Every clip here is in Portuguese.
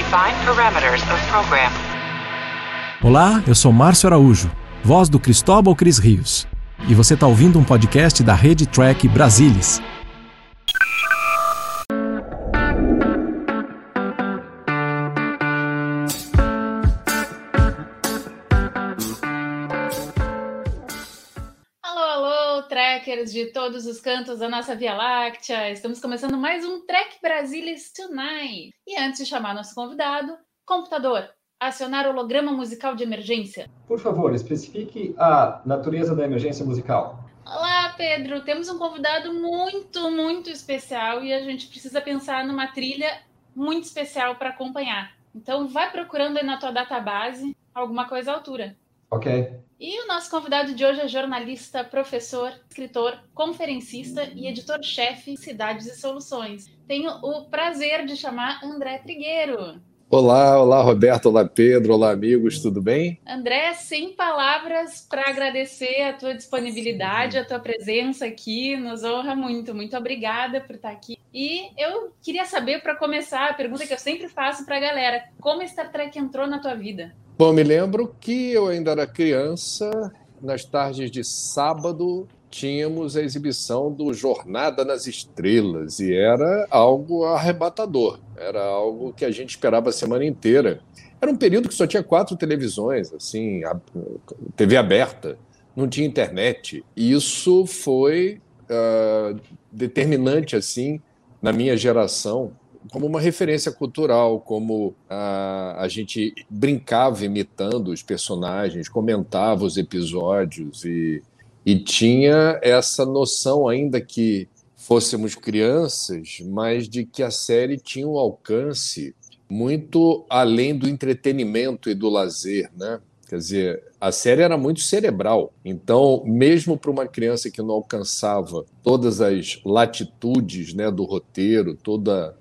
Define parameters of program. Olá, eu sou Márcio Araújo, voz do Cristóbal Cris Rios. E você está ouvindo um podcast da Rede Track Brasilis. Trackers de todos os cantos da nossa Via Láctea, estamos começando mais um Track Brasilis Tonight. E antes de chamar nosso convidado, computador, acionar o holograma musical de emergência. Por favor, especifique a natureza da emergência musical. Olá, Pedro, temos um convidado muito especial e a gente precisa pensar numa trilha muito especial para acompanhar. Então vai procurando aí na tua database alguma coisa à altura. Ok. E o nosso convidado de hoje é jornalista, professor, escritor, conferencista e editor-chefe de Cidades e Soluções. Tenho o prazer de chamar André Trigueiro. Olá, Roberto, olá, Pedro, olá, amigos, tudo bem? André, sem palavras para agradecer a tua disponibilidade, a tua presença aqui, nos honra muito. Muito obrigada por estar aqui. E eu queria saber, para começar, a pergunta que eu sempre faço para a galera, como Star Trek entrou na tua vida? Bom, me lembro que eu ainda era criança, nas tardes de sábado, tínhamos a exibição do Jornada nas Estrelas, e era algo arrebatador, era algo que a gente esperava a semana inteira. Era um período que só tinha 4 televisões, assim, TV aberta, não tinha internet, e isso foi determinante, assim, na minha geração, como uma referência cultural, como a gente brincava imitando os personagens, comentava os episódios e tinha essa noção, ainda que fôssemos crianças, mas de que a série tinha um alcance muito além do entretenimento e do lazer, né? Quer dizer, a série era muito cerebral. Então, mesmo para uma criança que não alcançava todas as latitudes, né, do roteiro, todo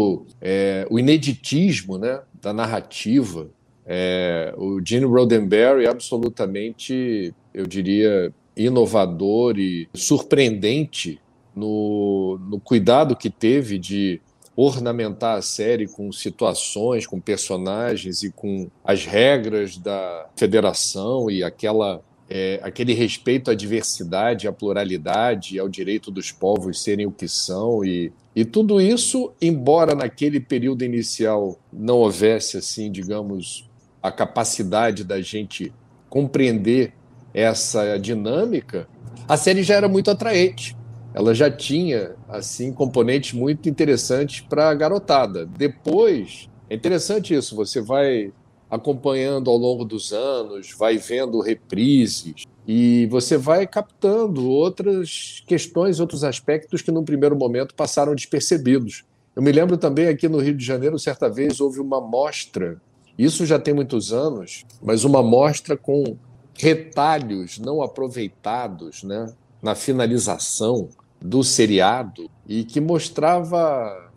o ineditismo, né, da narrativa, o Gene Roddenberry absolutamente, eu diria, inovador e surpreendente no cuidado que teve de ornamentar a série com situações, com personagens e com as regras da federação e aquele respeito à diversidade, à pluralidade, ao direito dos povos serem o que são. E tudo isso, embora naquele período inicial não houvesse, assim, digamos, a capacidade da gente compreender essa dinâmica, a série já era muito atraente. Ela já tinha, assim, componentes muito interessantes para a garotada. Depois, é interessante isso, você vai acompanhando ao longo dos anos, vai vendo reprises e você vai captando outras questões, outros aspectos que, num primeiro momento, passaram despercebidos. Eu me lembro também, aqui no Rio de Janeiro, certa vez houve uma mostra, isso já tem muitos anos, mas uma mostra com retalhos não aproveitados, né, na finalização do seriado e que mostrava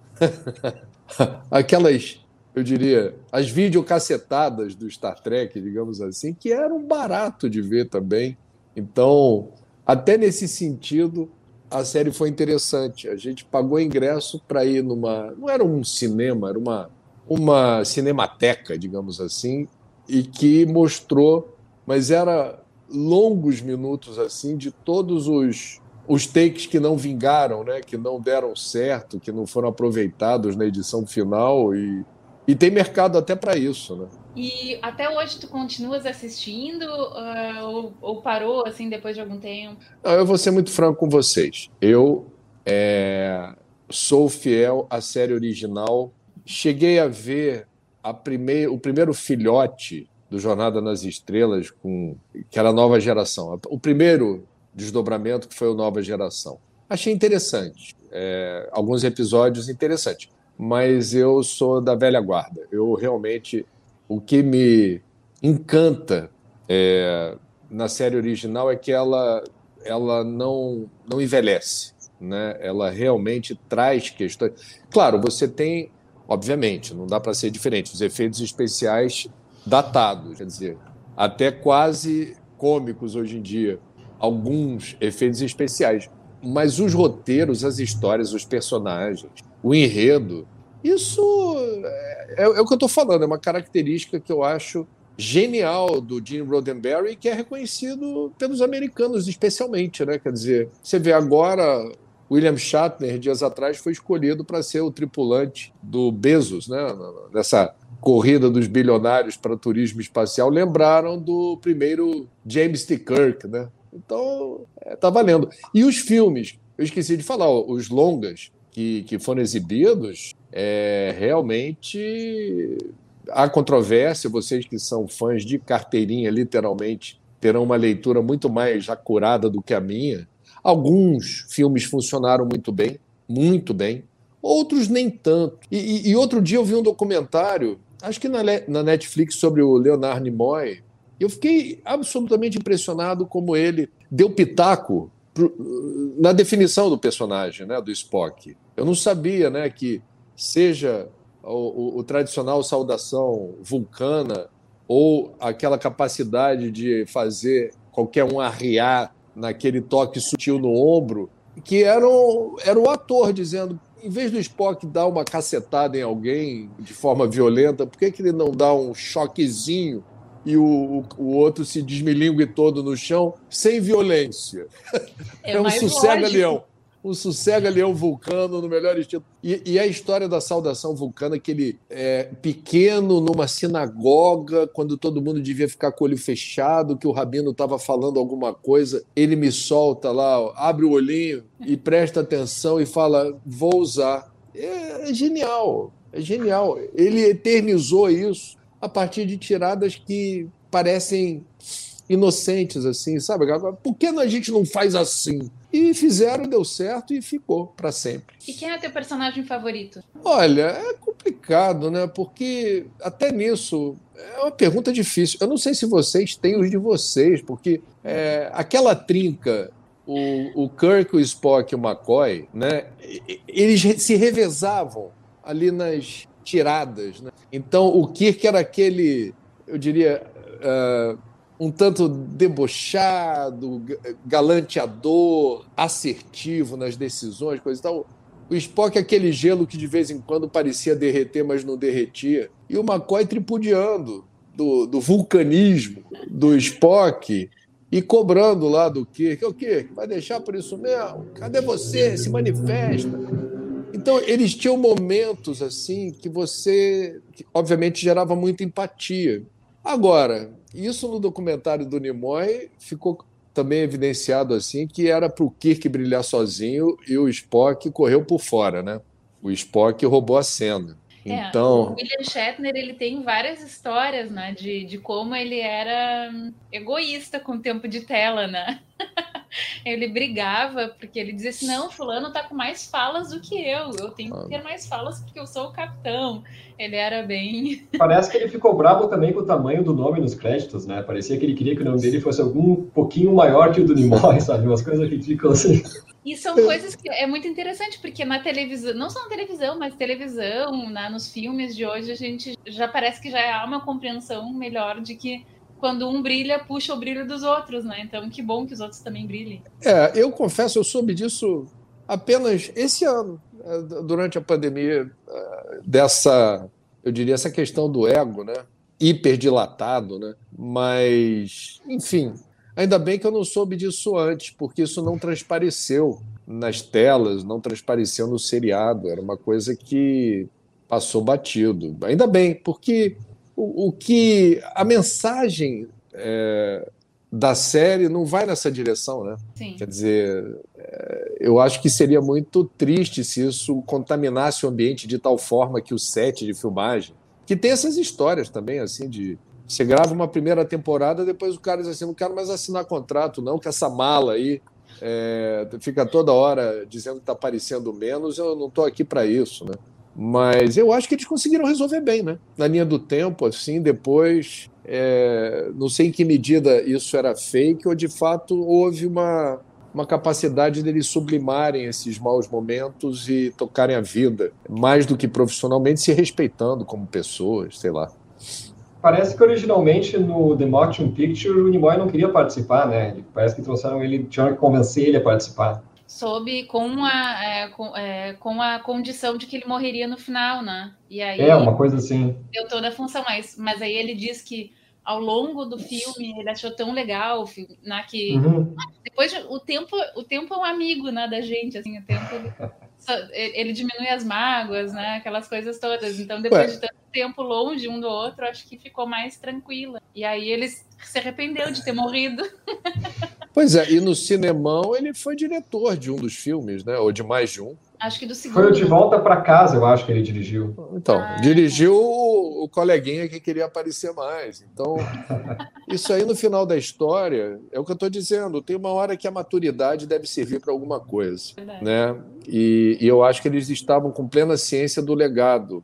aquelas, eu diria, as videocassetadas do Star Trek, digamos assim, que eram barato de ver também. Então, até nesse sentido, a série foi interessante. A gente pagou ingresso para ir não era um cinema, era uma cinemateca, digamos assim, e que mostrou, mas era longos minutos assim de todos os takes que não vingaram, né, que não deram certo, que não foram aproveitados na edição final e tem mercado até para isso, né? E até hoje tu continuas assistindo ou parou assim depois de algum tempo? Não, eu vou ser muito franco com vocês. Eu sou fiel à série original. Cheguei a ver o primeiro filhote do Jornada nas Estrelas, que era a Nova Geração. O primeiro desdobramento, que foi o Nova Geração. Achei interessante. Alguns episódios interessantes. Mas eu sou da velha guarda. Eu realmente... O que me encanta na série original é que ela não envelhece, né? Ela realmente traz questões... Claro, você tem, obviamente, não dá para ser diferente, os efeitos especiais datados, quer dizer, até quase cômicos hoje em dia, alguns efeitos especiais. Mas os roteiros, as histórias, os personagens, o enredo, isso é o que eu estou falando, é uma característica que eu acho genial do Gene Roddenberry, que é reconhecido pelos americanos especialmente, né? Quer dizer, você vê agora, William Shatner, dias atrás, foi escolhido para ser o tripulante do Bezos, né? Nessa corrida dos bilionários para turismo espacial. Lembraram do primeiro James T. Kirk, né? Então, tá valendo. E os filmes, eu esqueci de falar, os longas que foram exibidos, realmente há controvérsia. Vocês que são fãs de carteirinha, literalmente, terão uma leitura muito mais acurada do que a minha. Alguns filmes funcionaram muito bem, outros nem tanto. E outro dia eu vi um documentário, acho que na Netflix, sobre o Leonard Nimoy. Eu fiquei absolutamente impressionado como ele deu pitaco na definição do personagem, né, do Spock. Eu não sabia, né, que seja o tradicional saudação vulcana ou aquela capacidade de fazer qualquer um arriar naquele toque sutil no ombro, que era o ator dizendo, em vez do Spock dar uma cacetada em alguém de forma violenta, por que ele não dá um choquezinho e o outro se desmilingue todo no chão sem violência? É um sossega-leão. Um sossega-leão vulcano no melhor estilo. E a história da saudação vulcana, que ele é pequeno numa sinagoga, quando todo mundo devia ficar com o olho fechado, que o rabino estava falando alguma coisa, ele me solta lá, abre o olhinho e presta atenção e fala, vou usar. É genial, é genial. Ele eternizou isso a partir de tiradas que parecem inocentes, assim, sabe? Por que a gente não faz assim? E fizeram, deu certo e ficou para sempre. E quem é teu personagem favorito? Olha, é complicado, né? Porque até nisso é uma pergunta difícil. Eu não sei se vocês têm os de vocês, porque aquela trinca, o Kirk, o Spock e o McCoy, né? Eles se revezavam ali nas tiradas, né? Então o Kirk era aquele, eu diria, um tanto debochado, galanteador, assertivo nas decisões, coisa e tal. O Spock é aquele gelo que de vez em quando parecia derreter, mas não derretia. E o McCoy tripudiando do vulcanismo do Spock e cobrando lá do Kirk. O Kirk, vai deixar por isso mesmo? Cadê você? Se manifesta. Então, eles tinham momentos assim que obviamente, gerava muita empatia. Agora, isso no documentário do Nimoy ficou também evidenciado assim, que era para o Kirk brilhar sozinho e o Spock correu por fora, né? O Spock roubou a cena. Então, o William Shatner, ele tem várias histórias, né, de como ele era egoísta com o tempo de tela, né? Ele brigava porque ele dizia assim, não, fulano tá com mais falas do que eu tenho que ter mais falas porque eu sou o capitão. Ele era bem... Parece que ele ficou bravo também com o tamanho do nome nos créditos, né? Parecia que ele queria que o nome dele fosse algum pouquinho maior que o do Nimoy, sabe? Umas coisas que ficam assim... E são coisas que é muito interessante, porque na televisão, não só na televisão, mas televisão, nos filmes de hoje, a gente já parece que já há uma compreensão melhor de que quando um brilha, puxa o brilho dos outros, né? Então, que bom que os outros também brilhem. Eu confesso, eu soube disso apenas esse ano, durante a pandemia, eu diria, essa questão do ego, né? Hiperdilatado, né? Mas, enfim, ainda bem que eu não soube disso antes, porque isso não transpareceu nas telas, não transpareceu no seriado, era uma coisa que passou batido. Ainda bem, porque a mensagem da série não vai nessa direção, né? Sim. Quer dizer, eu acho que seria muito triste se isso contaminasse o ambiente de tal forma que o set de filmagem, que tem essas histórias também, assim, de você grava uma primeira temporada, depois o cara diz assim, não quero mais assinar contrato, não, que essa mala aí fica toda hora dizendo que está aparecendo menos, eu não estou aqui para isso, né? Mas eu acho que eles conseguiram resolver bem, né? Na linha do tempo, assim, depois, não sei em que medida isso era fake ou, de fato, houve uma capacidade deles sublimarem esses maus momentos e tocarem a vida, mais do que profissionalmente, se respeitando como pessoas, sei lá. Parece que originalmente no The Motion Picture o Nimoy não queria participar, né? Parece que trouxeram ele, tinham que convencer ele a participar. soube com a condição de que ele morreria no final, né? E aí uma coisa assim. deu toda a função, mas aí ele diz que ao longo do filme ele achou tão legal, né, que depois o tempo é um amigo, né, da gente, assim, o tempo ele diminui as mágoas, né, aquelas coisas todas. Então depois de tanto tempo longe um do outro, acho que ficou mais tranquila. E aí ele se arrependeu de ter morrido. Pois é, e no cinemão ele foi diretor de um dos filmes, né? Ou de mais de um. Acho que do segundo. Foi o De Volta para Casa, eu acho que ele dirigiu. Então, dirigiu o coleguinha que queria aparecer mais. Então, isso aí no final da história é o que eu estou dizendo. Tem uma hora que a maturidade deve servir para alguma coisa, né? E eu acho que eles estavam com plena ciência do legado.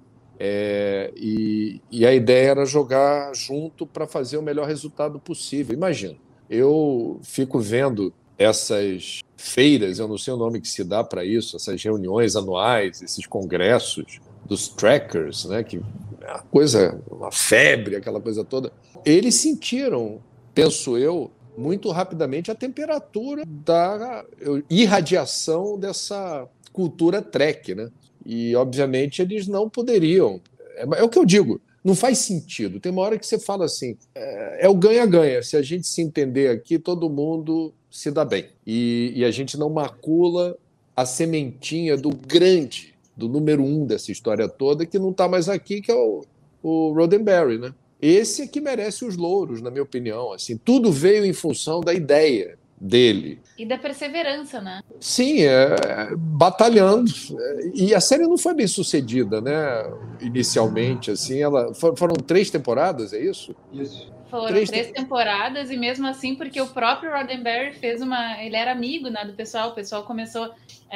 E a ideia era jogar junto para fazer o melhor resultado possível. Imagina, eu fico vendo essas feiras, eu não sei o nome que se dá para isso, essas reuniões anuais, esses congressos dos trackers, né, que é uma coisa, uma febre, aquela coisa toda. Eles sentiram, penso eu, muito rapidamente a temperatura da irradiação dessa cultura trek, né? E, obviamente, eles não poderiam. É o que eu digo, não faz sentido. Tem uma hora que você fala assim, é o ganha-ganha. Se a gente se entender aqui, todo mundo se dá bem. E a gente não macula a sementinha do grande, do número 1 dessa história toda, que não está mais aqui, que é o Roddenberry, né? Esse é que merece os louros, na minha opinião. Assim, tudo veio em função da ideia dele. E da perseverança, né? Sim, batalhando. E a série não foi bem sucedida, né? Inicialmente, assim, foram 3 temporadas, é isso? Isso. Foram 3 temporadas, e mesmo assim, porque o próprio Roddenberry ele era amigo, né, do pessoal, o pessoal começou,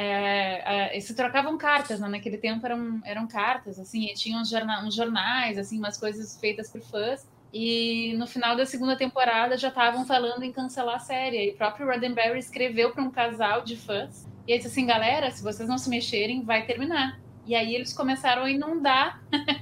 se trocavam cartas, né? Naquele tempo eram cartas, assim, e tinha uns jornais, assim, umas coisas feitas por fãs, e no final da 2ª temporada já estavam falando em cancelar a série, e o próprio Roddenberry escreveu para um casal de fãs, e ele disse assim, galera, se vocês não se mexerem, vai terminar. E aí eles começaram a inundar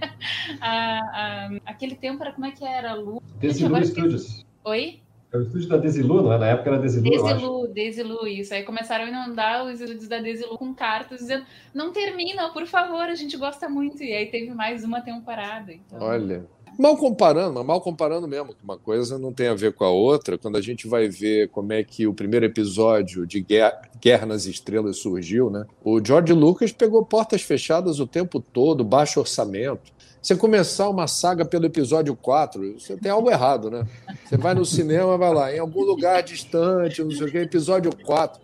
aquele tempo era, como é que era? Desilu Studios. Oi? É o estúdio da Desilu, não é? Na época era Desilu, Desilu, isso. Aí começaram a inundar os estúdios da Desilu com cartas dizendo, não termina, por favor, a gente gosta muito. E aí teve mais uma temporada. Então... Olha... Mal comparando mesmo, que uma coisa não tem a ver com a outra, quando a gente vai ver como é que o primeiro episódio de Guerra nas Estrelas surgiu, né? O George Lucas pegou portas fechadas o tempo todo, baixo orçamento. Você começar uma saga pelo episódio 4, você tem algo errado, né? Você vai no cinema, vai lá, em algum lugar distante, não sei o que, episódio 4.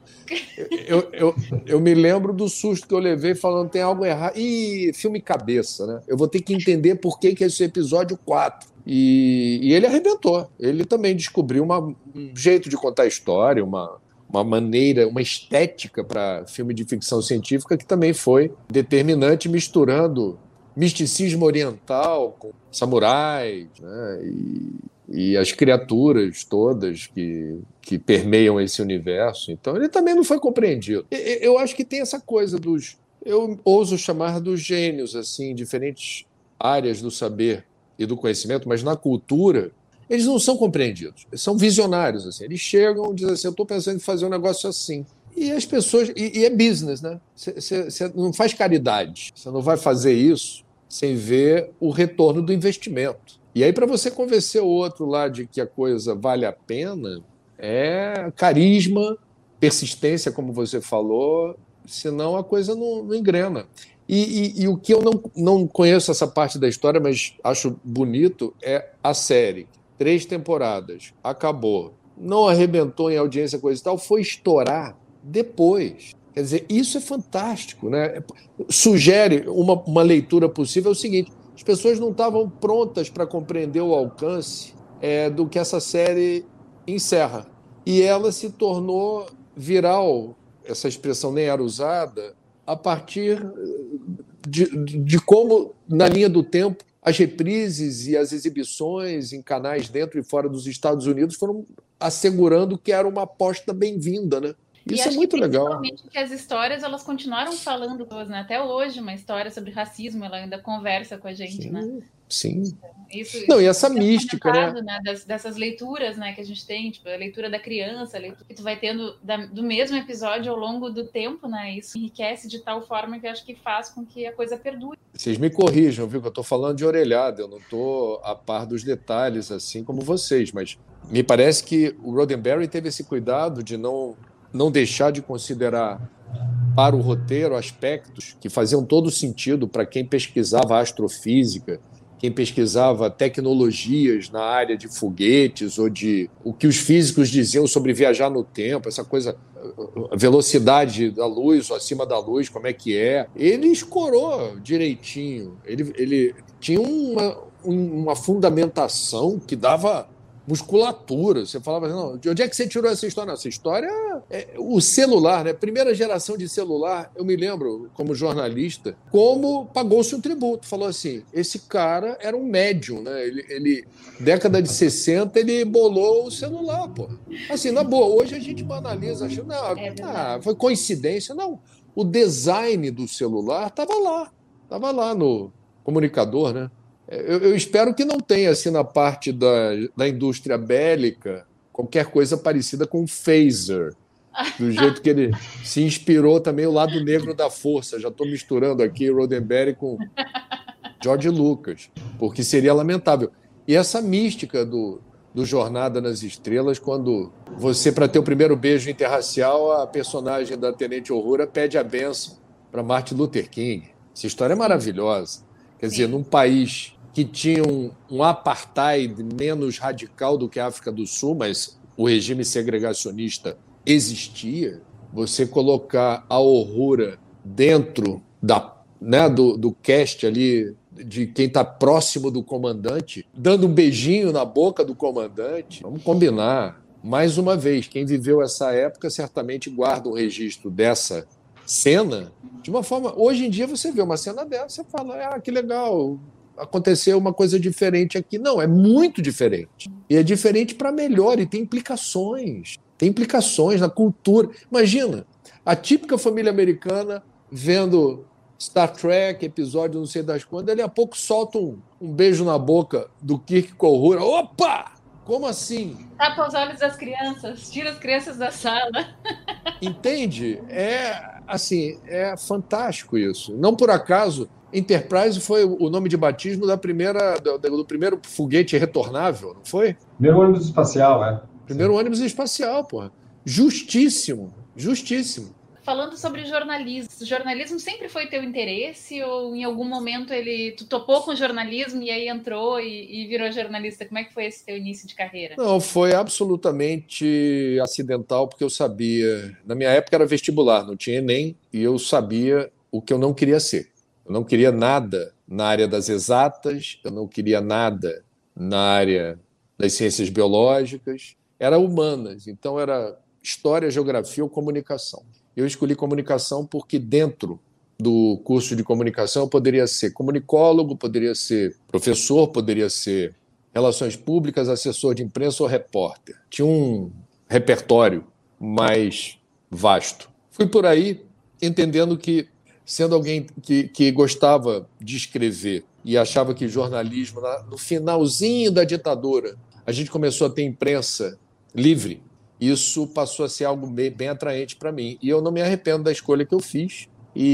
Eu me lembro do susto que eu levei falando tem algo errado. Ih, filme cabeça, né? Eu vou ter que entender por que é esse episódio 4. E ele arrebentou. Ele também descobriu um jeito de contar a história, uma maneira, uma estética para filme de ficção científica que também foi determinante, misturando misticismo oriental com samurais, né? E as criaturas todas que permeiam esse universo. Então, ele também não foi compreendido. Eu acho que tem essa coisa eu ouso chamar dos gênios, assim, diferentes áreas do saber e do conhecimento, mas na cultura, eles não são compreendidos. Eles são visionários, assim. Eles chegam e dizem assim, eu estou pensando em fazer um negócio assim. E as pessoas... E é business, né? Você não faz caridade. Você não vai fazer isso sem ver o retorno do investimento. E aí, para você convencer o outro lá de que a coisa vale a pena, é carisma, persistência, como você falou, senão a coisa não engrena. E o que eu não conheço essa parte da história, mas acho bonito, é a série. 3 temporadas, acabou. Não arrebentou em audiência, coisa e tal, foi estourar depois. Quer dizer, isso é fantástico, né? Sugere uma leitura possível, é o seguinte, as pessoas não estavam prontas para compreender o alcance do que essa série encerra. E ela se tornou viral, essa expressão nem era usada, a partir de como, na linha do tempo, as reprises e as exibições em canais dentro e fora dos Estados Unidos foram assegurando que era uma aposta bem-vinda, né? Isso é muito legal. Principalmente que as histórias, elas continuaram falando, né? Até hoje, uma história sobre racismo, ela ainda conversa com a gente, Sim, né? Sim. Isso Não, e essa mística, né? Dessas leituras, né, que a gente tem, tipo, a leitura da criança, a leitura que tu vai tendo do mesmo episódio ao longo do tempo, né? Isso enriquece de tal forma que eu acho que faz com que a coisa perdure. Vocês me corrijam, viu? Que eu estou falando de orelhada, eu não estou a par dos detalhes, assim como vocês, mas me parece que o Roddenberry teve esse cuidado de não deixar de considerar para o roteiro aspectos que faziam todo sentido para quem pesquisava astrofísica, quem pesquisava tecnologias na área de foguetes ou de o que os físicos diziam sobre viajar no tempo, essa coisa, a velocidade da luz ou acima da luz, como é que é. Ele escorou direitinho. Ele tinha uma fundamentação que dava musculatura. Você falava, não, de onde é que você tirou essa história? Não, essa história o celular, né? Primeira geração de celular, eu me lembro, como jornalista, como pagou-se um tributo. Falou assim, esse cara era um médium, né? Década de 60, ele bolou o celular, pô. Assim, na boa, hoje a gente banaliza, achando, não, foi coincidência. Não, o design do celular estava lá no comunicador, né? Eu espero que não tenha, assim, na parte da indústria bélica, qualquer coisa parecida com o phaser, do jeito que ele se inspirou também o lado negro da força. Já estou misturando aqui Roddenberry com George Lucas, porque seria lamentável. E essa mística do Jornada nas Estrelas, quando você, para ter o primeiro beijo interracial, a personagem da Tenente Uhura pede a benção para Martin Luther King. Essa história é maravilhosa. Quer dizer, num país que tinha um apartheid menos radical do que a África do Sul, mas o regime segregacionista existia, você colocar a Uhura dentro do cast ali, de quem está próximo do comandante, dando um beijinho na boca do comandante, vamos combinar. Mais uma vez, quem viveu essa época certamente guarda um registro dessa cena de uma forma... Hoje em dia você vê uma cena dessa, você fala, que legal, aconteceu uma coisa diferente aqui. Não, é muito diferente. E é diferente para melhor, e tem implicações. Tem implicações na cultura. Imagina, a típica família americana vendo Star Trek, episódio não sei das quantas, dali a pouco solta um beijo na boca do Kirk com a Uhura. Opa! Como assim? Tapa os olhos das crianças, tira as crianças da sala. Entende? É fantástico isso. Não por acaso, Enterprise foi o nome de batismo do primeiro foguete retornável, não foi? Primeiro ônibus espacial, Primeiro ônibus espacial, porra. Justíssimo. Falando sobre jornalismo, o jornalismo sempre foi teu interesse ou em algum momento tu topou com o jornalismo e aí entrou e virou jornalista? Como é que foi esse teu início de carreira? Não, foi absolutamente acidental, porque eu sabia... Na minha época era vestibular, não tinha Enem, e eu sabia o que eu não queria ser. Eu não queria nada na área das exatas, eu não queria nada na área das ciências biológicas, era humanas, então era história, geografia ou comunicação. Eu escolhi comunicação porque dentro do curso de comunicação eu poderia ser comunicólogo, poderia ser professor, poderia ser relações públicas, assessor de imprensa ou repórter. Tinha um repertório mais vasto. Fui por aí entendendo que, sendo alguém que gostava de escrever e achava que jornalismo, no finalzinho da ditadura, a gente começou a ter imprensa livre, isso passou a ser algo bem atraente para mim. E eu não me arrependo da escolha que eu fiz.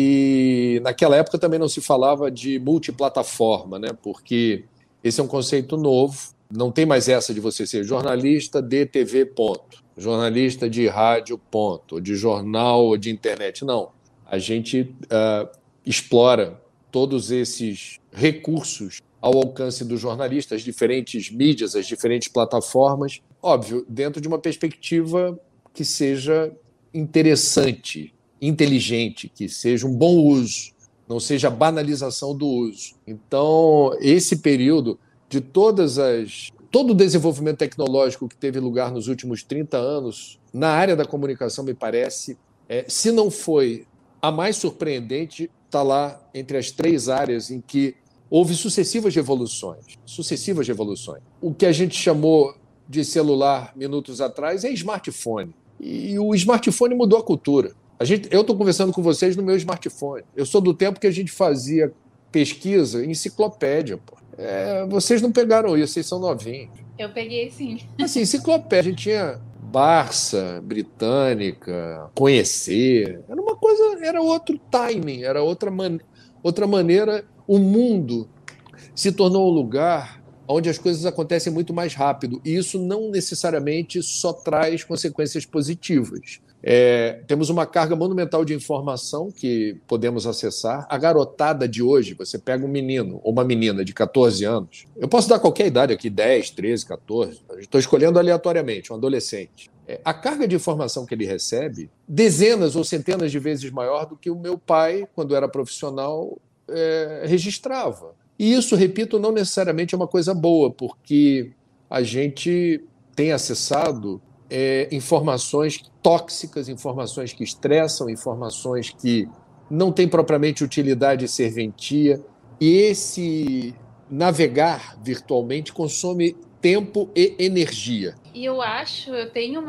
E naquela época também não se falava de multiplataforma, né? Porque esse é um conceito novo. Não tem mais essa de você ser jornalista de TV, ponto. Jornalista de rádio, ponto. De jornal ou de internet. Não. A gente explora todos esses recursos ao alcance do jornalista, as diferentes mídias, as diferentes plataformas. Óbvio, dentro de uma perspectiva que seja interessante, inteligente, que seja um bom uso, não seja a banalização do uso. Então, esse período de todo o desenvolvimento tecnológico que teve lugar nos últimos 30 anos, na área da comunicação, me parece, se não foi a mais surpreendente, está lá entre as 3 áreas em que houve sucessivas revoluções. O que a gente chamou de celular minutos atrás é smartphone. E o smartphone mudou a cultura. Eu estou conversando com vocês no meu smartphone. Eu sou do tempo que a gente fazia pesquisa em enciclopédia. Pô. Vocês não pegaram isso, vocês são novinhos. Eu peguei, sim. Assim, enciclopédia. A gente tinha Barça, Britânica, Conhecer. Era uma coisa, era outro timing, era outra maneira. O mundo se tornou um lugar onde as coisas acontecem muito mais rápido. E isso não necessariamente só traz consequências positivas. Temos uma carga monumental de informação que podemos acessar. A garotada de hoje, você pega um menino ou uma menina de 14 anos, eu posso dar qualquer idade aqui, 10, 13, 14, estou escolhendo aleatoriamente, um adolescente. A carga de informação que ele recebe, dezenas ou centenas de vezes maior do que o meu pai, quando era profissional, registrava. E isso, repito, não necessariamente é uma coisa boa, porque a gente tem acessado informações tóxicas, informações que estressam, informações que não têm propriamente utilidade e serventia. E esse navegar virtualmente consome tempo e energia. E eu tenho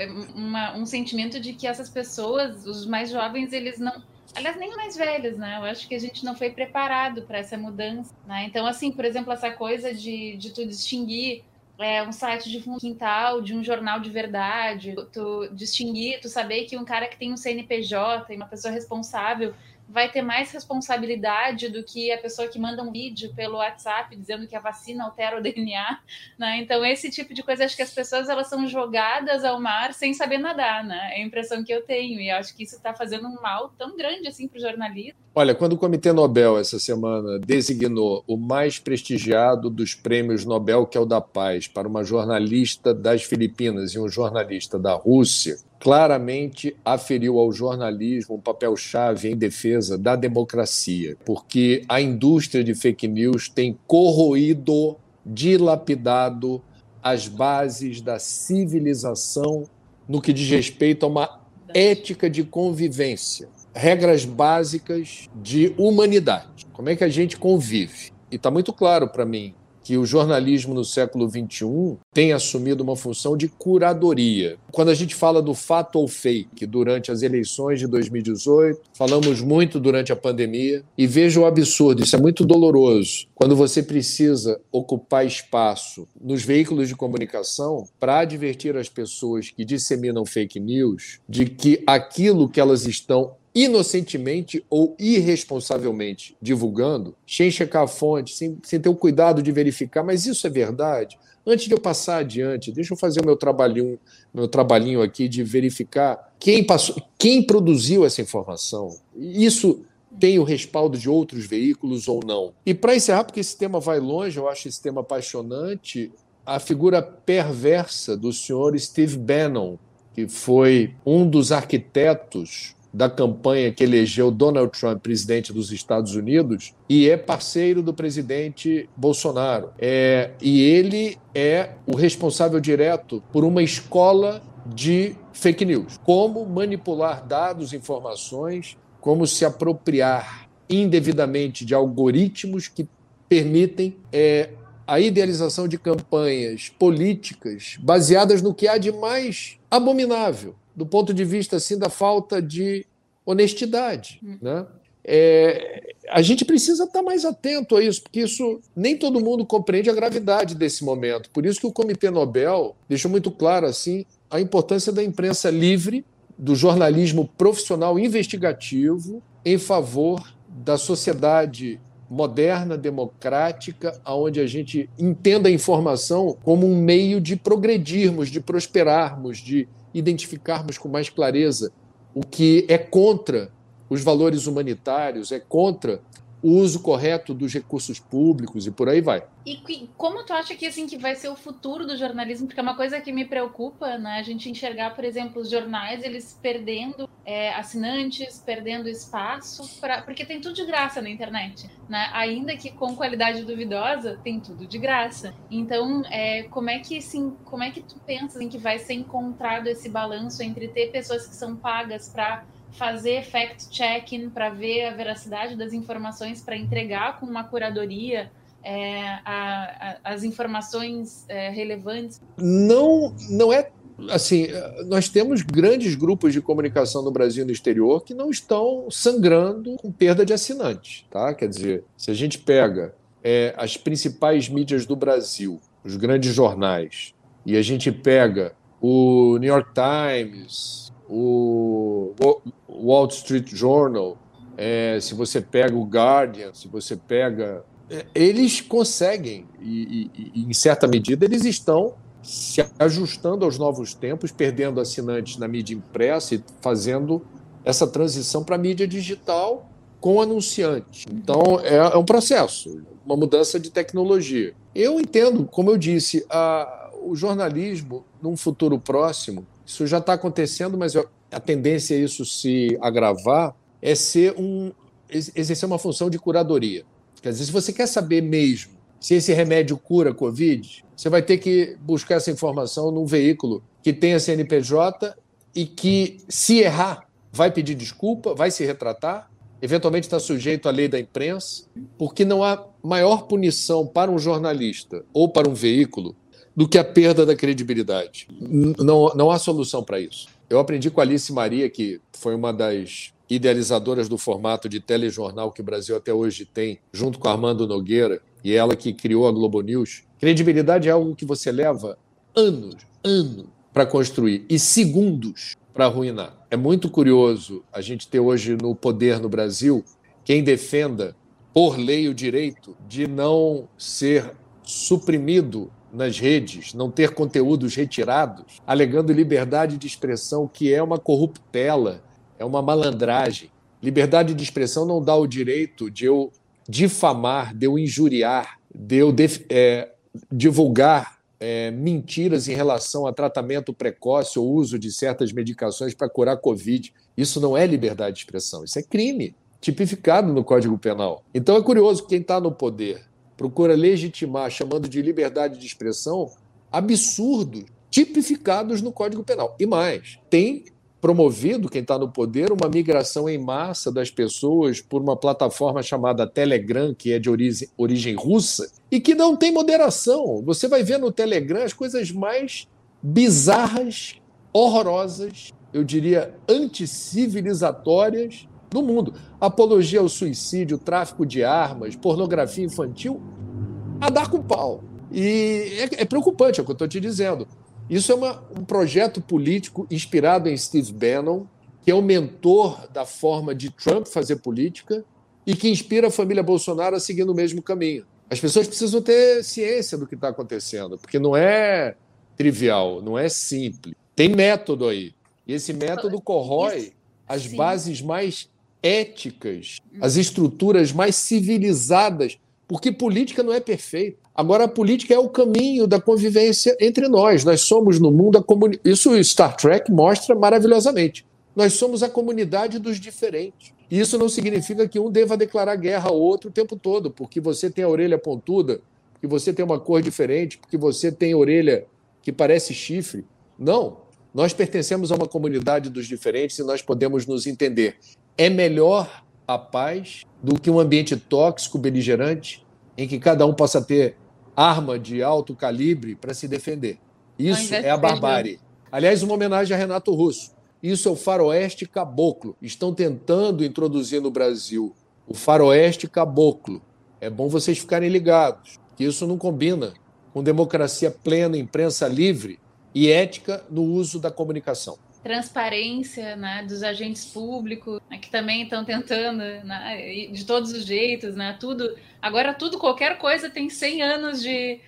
um sentimento de que essas pessoas, os mais jovens, eles não... Aliás, nem mais velhos, né? Eu acho que a gente não foi preparado para essa mudança, né? Então, assim, por exemplo, essa coisa de tu distinguir um site de fundo de quintal de um jornal de verdade, tu distinguir, tu saber que um cara que tem um CNPJ e uma pessoa responsável vai ter mais responsabilidade do que a pessoa que manda um vídeo pelo WhatsApp dizendo que a vacina altera o DNA, né? Então, esse tipo de coisa, acho que as pessoas elas são jogadas ao mar sem saber nadar, né? É a impressão que eu tenho, e acho que isso está fazendo um mal tão grande assim para o jornalismo. Olha, quando o Comitê Nobel, essa semana, designou o mais prestigiado dos prêmios Nobel, que é o da Paz, para uma jornalista das Filipinas e um jornalista da Rússia, claramente aferiu ao jornalismo um papel-chave em defesa da democracia, porque a indústria de fake news tem corroído, dilapidado as bases da civilização no que diz respeito a uma ética de convivência, regras básicas de humanidade. Como é que a gente convive? E está muito claro para mim que o jornalismo no século XXI tem assumido uma função de curadoria. Quando a gente fala do fato ou fake durante as eleições de 2018, falamos muito durante a pandemia, e vejo o absurdo, isso é muito doloroso, quando você precisa ocupar espaço nos veículos de comunicação para advertir as pessoas que disseminam fake news de que aquilo que elas estão inocentemente ou irresponsavelmente divulgando, sem checar a fonte, sem ter o cuidado de verificar, mas isso é verdade? Antes de eu passar adiante, deixa eu fazer o meu trabalhinho aqui de verificar quem produziu essa informação. Isso tem o respaldo de outros veículos ou não? E para encerrar, porque esse tema vai longe, eu acho esse tema apaixonante, a figura perversa do senhor Steve Bannon, que foi um dos arquitetos da campanha que elegeu Donald Trump presidente dos Estados Unidos e é parceiro do presidente Bolsonaro. E ele é o responsável direto por uma escola de fake news. Como manipular dados, informações, como se apropriar indevidamente de algoritmos que permitem a idealização de campanhas políticas baseadas no que há de mais abominável, do ponto de vista assim, da falta de honestidade. Né? A gente precisa estar mais atento a isso, porque isso nem todo mundo compreende a gravidade desse momento. Por isso que o Comitê Nobel deixou muito claro assim, a importância da imprensa livre, do jornalismo profissional investigativo em favor da sociedade moderna, democrática, onde a gente entenda a informação como um meio de progredirmos, de prosperarmos, de identificarmos com mais clareza o que é contra os valores humanitários, é contra o uso correto dos recursos públicos e por aí vai. E como tu acha que, assim, que vai ser o futuro do jornalismo? Porque é uma coisa que me preocupa, né? A gente enxergar, por exemplo, os jornais, eles perdendo assinantes, perdendo espaço, porque tem tudo de graça na internet, né? Ainda que com qualidade duvidosa, tem tudo de graça. Então, como é que tu pensa assim, que vai ser encontrado esse balanço entre ter pessoas que são pagas para fazer fact-checking, para ver a veracidade das informações, para entregar com uma curadoria as informações relevantes? Não é assim, nós temos grandes grupos de comunicação no Brasil e no exterior que não estão sangrando com perda de assinantes, tá? Quer dizer, se a gente pega as principais mídias do Brasil, os grandes jornais, e a gente pega o New York Times, o Wall Street Journal, se você pega o Guardian, se você pega... eles conseguem, e em certa medida eles estão se ajustando aos novos tempos, perdendo assinantes na mídia impressa e fazendo essa transição para a mídia digital com anunciantes. Então, é um processo, uma mudança de tecnologia. Eu entendo, como eu disse, o jornalismo, num futuro próximo, isso já está acontecendo, mas a tendência é isso se agravar, é exercer uma função de curadoria. Quer dizer, se você quer saber mesmo se esse remédio cura a Covid, você vai ter que buscar essa informação num veículo que tenha CNPJ e que, se errar, vai pedir desculpa, vai se retratar, eventualmente está sujeito à lei da imprensa, porque não há maior punição para um jornalista ou para um veículo do que a perda da credibilidade. Não há solução para isso. Eu aprendi com a Alice Maria, que foi uma das idealizadoras do formato de telejornal que o Brasil até hoje tem, junto com Armando Nogueira, e ela que criou a Globo News. Credibilidade é algo que você leva anos para construir e segundos para arruinar. É muito curioso a gente ter hoje no poder no Brasil quem defenda, por lei, o direito de não ser suprimido nas redes, não ter conteúdos retirados, alegando liberdade de expressão, que é uma corruptela, é uma malandragem. Liberdade de expressão não dá o direito de eu difamar, de eu injuriar, de eu divulgar mentiras em relação a tratamento precoce ou uso de certas medicações para curar Covid. Isso não é liberdade de expressão, isso é crime, tipificado no Código Penal. Então é curioso que quem está no poder procura legitimar, chamando de liberdade de expressão, absurdos tipificados no Código Penal. E mais, tem promovido, quem está no poder, uma migração em massa das pessoas por uma plataforma chamada Telegram, que é de origem russa, e que não tem moderação. Você vai ver no Telegram as coisas mais bizarras, horrorosas, eu diria anticivilizatórias do mundo. Apologia ao suicídio, tráfico de armas, pornografia infantil, a dar com pau. E é preocupante, é o que eu estou te dizendo. Isso é um projeto político inspirado em Steve Bannon, que é o mentor da forma de Trump fazer política e que inspira a família Bolsonaro a seguir no mesmo caminho. As pessoas precisam ter ciência do que está acontecendo, porque não é trivial, não é simples. Tem método aí. E esse método corrói as bases mais éticas, as estruturas mais civilizadas, porque política não é perfeita. Agora, a política é o caminho da convivência entre nós. Nós somos, no mundo, isso o Star Trek mostra maravilhosamente. Nós somos a comunidade dos diferentes. E isso não significa que um deva declarar guerra ao outro o tempo todo, porque você tem a orelha pontuda, porque você tem uma cor diferente, porque você tem a orelha que parece chifre. Não. Nós pertencemos a uma comunidade dos diferentes e nós podemos nos entender. É melhor a paz do que um ambiente tóxico, beligerante, em que cada um possa ter arma de alto calibre para se defender. Isso é a barbárie. Aliás, uma homenagem a Renato Russo. Isso é o faroeste caboclo. Estão tentando introduzir no Brasil o faroeste caboclo. É bom vocês ficarem ligados, que isso não combina com democracia plena, imprensa livre e ética no uso da comunicação. Transparência, né, dos agentes públicos, né, que também estão tentando, né, de todos os jeitos, né, qualquer coisa tem 100 anos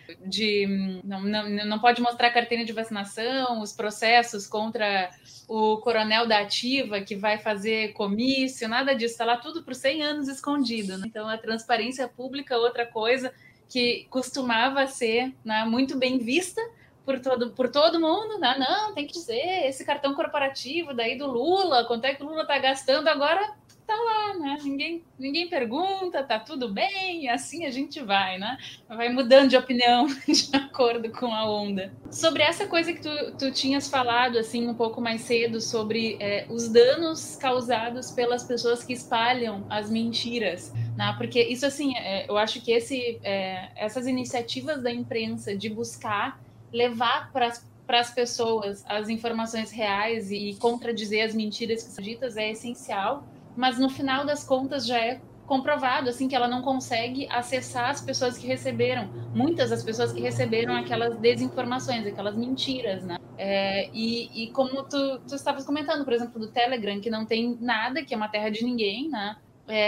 não pode mostrar carteira de vacinação, os processos contra o coronel da ativa que vai fazer comício, nada disso, está lá tudo por 100 anos escondido, né? Então a transparência pública é outra coisa que costumava ser, né, muito bem vista por todo mundo, né? Não, tem que dizer, esse cartão corporativo daí do Lula, quanto é que o Lula está gastando, agora tá lá, né? Ninguém pergunta, tá tudo bem, e assim a gente vai, né? Vai mudando de opinião de acordo com a onda. Sobre essa coisa que tu tinhas falado, assim, um pouco mais cedo, sobre os danos causados pelas pessoas que espalham as mentiras, né? Porque isso, assim, eu acho que essas iniciativas da imprensa de buscar levar para para as pessoas as informações reais e contradizer as mentiras que são ditas é essencial, mas no final das contas já é comprovado assim que ela não consegue acessar as pessoas que receberam, muitas das pessoas que receberam aquelas desinformações, aquelas mentiras, né? E como tu estavas comentando, por exemplo, do Telegram, que não tem nada, que é uma terra de ninguém, né?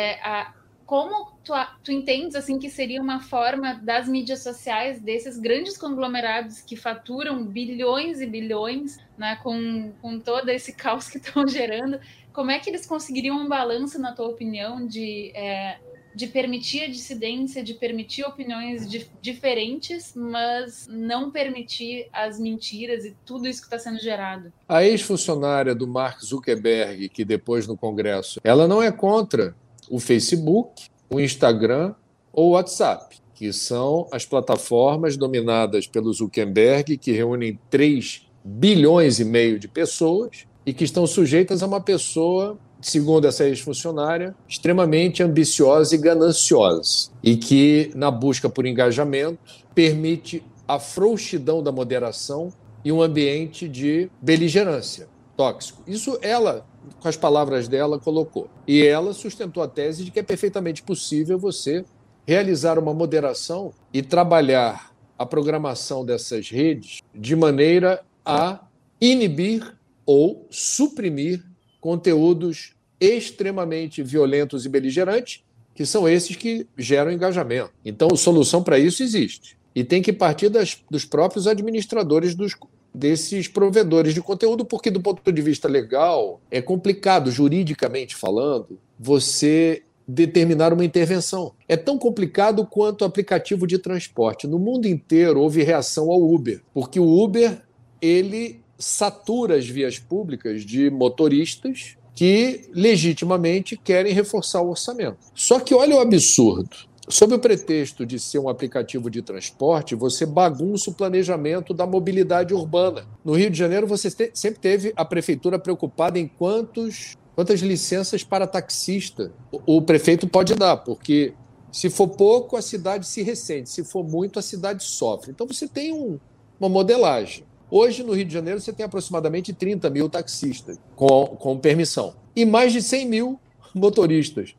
Como tu entendes assim que seria uma forma das mídias sociais, desses grandes conglomerados que faturam bilhões e bilhões, né, com todo esse caos que estão gerando, como é que eles conseguiriam um balanço, na tua opinião, de permitir a dissidência, de permitir opiniões diferentes, mas não permitir as mentiras e tudo isso que está sendo gerado? A ex-funcionária do Mark Zuckerberg, que depois no Congresso, ela não é contra o Facebook, o Instagram ou o WhatsApp, que são as plataformas dominadas pelo Zuckerberg, que reúnem 3,5 bilhões de pessoas e que estão sujeitas a uma pessoa, segundo essa ex-funcionária, extremamente ambiciosa e gananciosa, e que, na busca por engajamento, permite a frouxidão da moderação e um ambiente de beligerância tóxico. Isso ela, com as palavras dela, colocou. E ela sustentou a tese de que é perfeitamente possível você realizar uma moderação e trabalhar a programação dessas redes de maneira a inibir ou suprimir conteúdos extremamente violentos e beligerantes, que são esses que geram engajamento. Então, a solução para isso existe. E tem que partir dos próprios administradores desses provedores de conteúdo, porque, do ponto de vista legal, é complicado, juridicamente falando, você determinar uma intervenção. É tão complicado quanto o aplicativo de transporte. No mundo inteiro houve reação ao Uber, porque o Uber ele satura as vias públicas de motoristas que legitimamente querem reforçar o orçamento. Só que olha o absurdo. Sob o pretexto de ser um aplicativo de transporte, você bagunça o planejamento da mobilidade urbana. No Rio de Janeiro, você sempre teve a prefeitura preocupada em quantas licenças para taxista o prefeito pode dar, porque se for pouco, a cidade se ressente, se for muito, a cidade sofre. Então você tem uma modelagem. Hoje, no Rio de Janeiro, você tem aproximadamente 30 mil taxistas com permissão e mais de 100 mil motoristas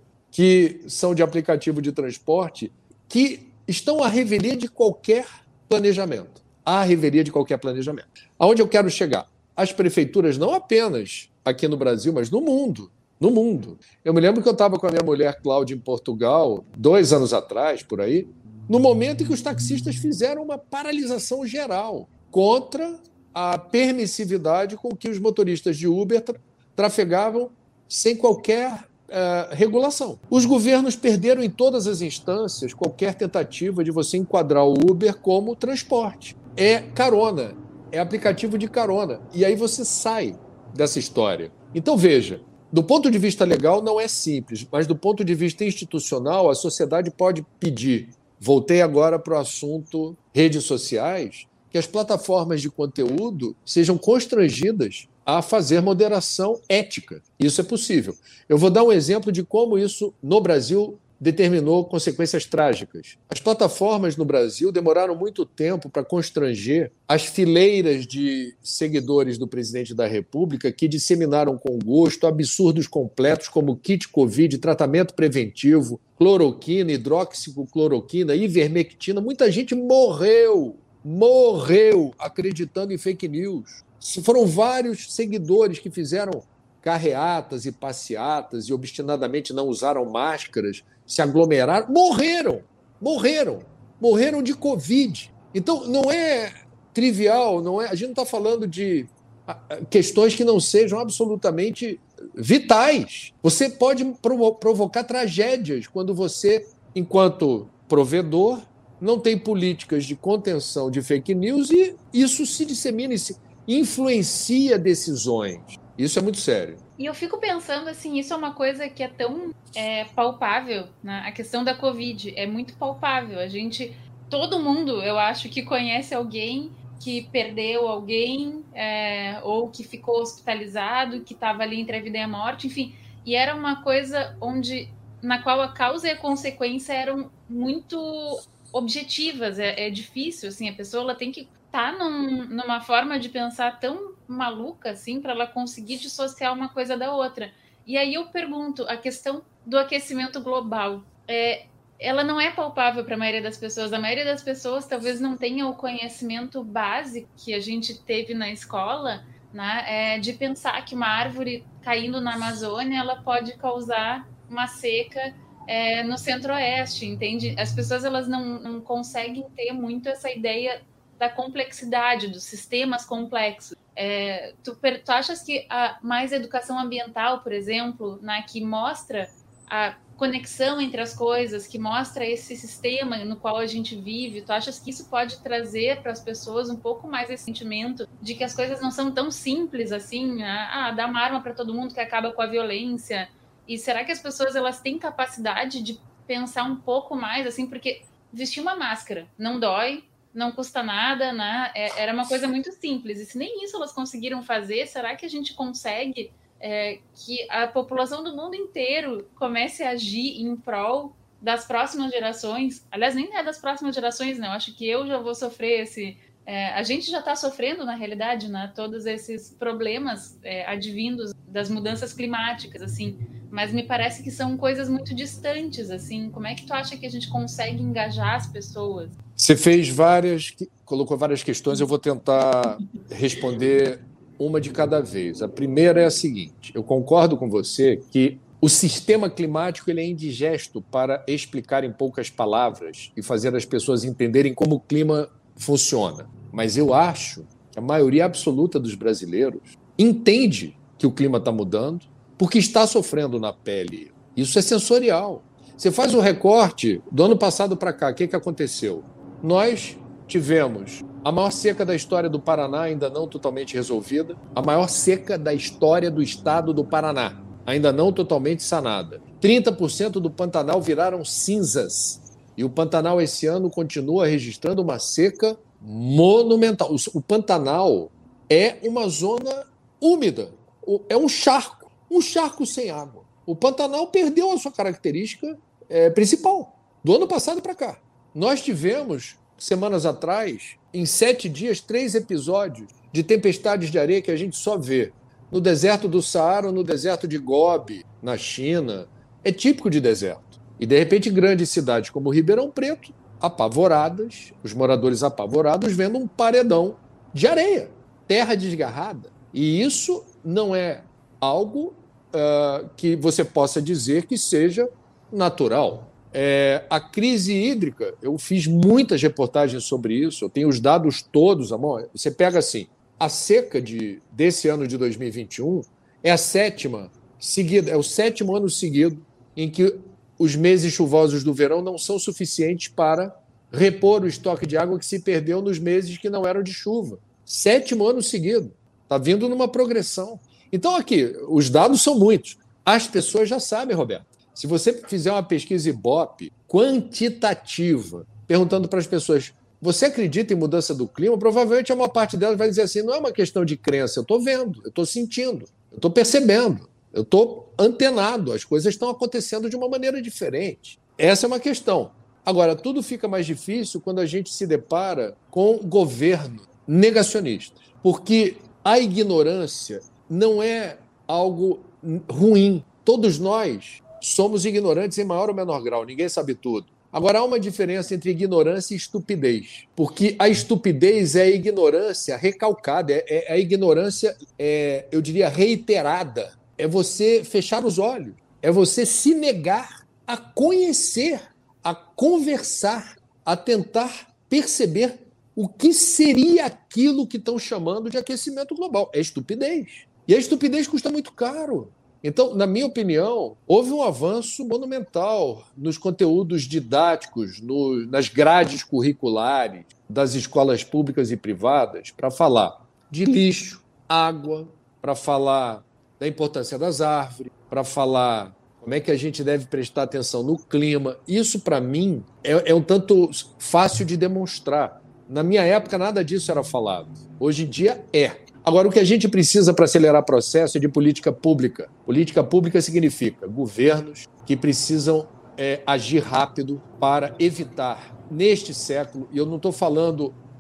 que são de aplicativo de transporte que estão à revelia de qualquer planejamento. À revelia de qualquer planejamento. Aonde eu quero chegar? As prefeituras, não apenas aqui no Brasil, mas no mundo. No mundo. Eu me lembro que eu estava com a minha mulher Cláudia em Portugal, 2 anos atrás, por aí, no momento em que os taxistas fizeram uma paralisação geral contra a permissividade com que os motoristas de Uber trafegavam sem qualquer regulação. Os governos perderam em todas as instâncias qualquer tentativa de você enquadrar o Uber como transporte. É carona, é aplicativo de carona. E aí você sai dessa história. Então, veja, do ponto de vista legal não é simples, mas do ponto de vista institucional, a sociedade pode pedir, voltei agora para o assunto redes sociais, que as plataformas de conteúdo sejam constrangidas a fazer moderação ética. Isso é possível. Eu vou dar um exemplo de como isso, no Brasil, determinou consequências trágicas. As plataformas no Brasil demoraram muito tempo para constranger as fileiras de seguidores do presidente da República que disseminaram com gosto absurdos completos como kit Covid, tratamento preventivo, cloroquina, hidroxicloroquina, ivermectina. Muita gente morreu acreditando em fake news. Foram vários seguidores que fizeram carreatas e passeatas e obstinadamente não usaram máscaras, se aglomeraram, morreram de Covid. Então, não é trivial, a gente não está falando de questões que não sejam absolutamente vitais. Você pode provocar tragédias quando você, enquanto provedor, não tem políticas de contenção de fake news e isso se dissemina e se influencia decisões. Isso é muito sério. E eu fico pensando, assim, isso é uma coisa que é tão palpável, né? A questão da Covid é muito palpável. Todo mundo, eu acho, que conhece alguém que perdeu alguém ou que ficou hospitalizado, que estava ali entre a vida e a morte, enfim. E era uma coisa na qual a causa e a consequência eram muito objetivas. É difícil, assim, a pessoa ela tem que tá numa forma de pensar tão maluca assim para ela conseguir dissociar uma coisa da outra. E aí eu pergunto, a questão do aquecimento global, ela não é palpável para a maioria das pessoas. A maioria das pessoas talvez não tenha o conhecimento básico que a gente teve na escola, né, de pensar que uma árvore caindo na Amazônia ela pode causar uma seca no Centro-Oeste, entende? As pessoas elas não conseguem ter muito essa ideia da complexidade, dos sistemas complexos. Tu achas que mais educação ambiental, por exemplo, né, que mostra a conexão entre as coisas, que mostra esse sistema no qual a gente vive, tu achas que isso pode trazer para as pessoas um pouco mais esse sentimento de que as coisas não são tão simples assim, dar uma arma para todo mundo que acaba com a violência? E será que as pessoas elas têm capacidade de pensar um pouco mais assim, porque vestir uma máscara não dói, não custa nada, né? Era uma coisa muito simples, e se nem isso elas conseguiram fazer, será que a gente consegue que a população do mundo inteiro comece a agir em prol das próximas gerações? Aliás, nem é das próximas gerações, né? Eu acho que eu já vou sofrer a gente já está sofrendo, na realidade, né, todos esses problemas advindos das mudanças climáticas, assim, mas me parece que são coisas muito distantes, assim. Como é que tu acha que a gente consegue engajar as pessoas? Você colocou várias questões, eu vou tentar responder uma de cada vez. A primeira é a seguinte: eu concordo com você que o sistema climático ele é indigesto para explicar em poucas palavras e fazer as pessoas entenderem como o clima funciona. Mas eu acho que a maioria absoluta dos brasileiros entende que o clima está mudando porque está sofrendo na pele. Isso é sensorial. Você faz um recorte do ano passado para cá, o que aconteceu? Nós tivemos a maior seca da história do Paraná, ainda não totalmente resolvida, a maior seca da história do estado do Paraná, ainda não totalmente sanada. 30% do Pantanal viraram cinzas. E o Pantanal esse ano continua registrando uma seca monumental. O Pantanal é uma zona úmida, é um charco sem água. O Pantanal perdeu a sua característica principal, do ano passado para cá. Nós tivemos, semanas atrás, em 7 dias, 3 episódios de tempestades de areia que a gente só vê no deserto do Saara, no deserto de Gobi, na China. É típico de deserto. E, de repente, grandes cidades como Ribeirão Preto, apavoradas, os moradores apavorados, vendo um paredão de areia, terra desgarrada. E isso não é algo que você possa dizer que seja natural. A crise hídrica, eu fiz muitas reportagens sobre isso, eu tenho os dados todos, amor. Você pega assim, a seca desse ano de 2021 é a sétima seguida, é o 7º ano seguido em que os meses chuvosos do verão não são suficientes para repor o estoque de água que se perdeu nos meses que não eram de chuva. 7º ano seguido. Está vindo numa progressão. Então, aqui, os dados são muitos. As pessoas já sabem, Roberto. Se você fizer uma pesquisa Ibope quantitativa, perguntando para as pessoas, você acredita em mudança do clima? Provavelmente a maior parte delas vai dizer assim, não é uma questão de crença, eu estou vendo, eu estou sentindo, eu estou percebendo. Eu estou antenado, as coisas estão acontecendo de uma maneira diferente. Essa é uma questão. Agora, tudo fica mais difícil quando a gente se depara com governo negacionista, porque a ignorância não é algo ruim. Todos nós somos ignorantes em maior ou menor grau, ninguém sabe tudo. Agora, há uma diferença entre ignorância e estupidez, porque a estupidez é a ignorância recalcada, é a ignorância, eu diria, reiterada. É você fechar os olhos, é você se negar a conhecer, a conversar, a tentar perceber o que seria aquilo que estão chamando de aquecimento global. É estupidez. E a estupidez custa muito caro. Então, na minha opinião, houve um avanço monumental nos conteúdos didáticos, nas grades curriculares das escolas públicas e privadas para falar de lixo, água, para falar da importância das árvores, para falar como é que a gente deve prestar atenção no clima. Isso, para mim, é um tanto fácil de demonstrar. Na minha época, nada disso era falado. Hoje em dia, é. Agora, o que a gente precisa para acelerar o processo é de política pública. Política pública significa governos que precisam agir rápido para evitar, neste século, e eu não estou falando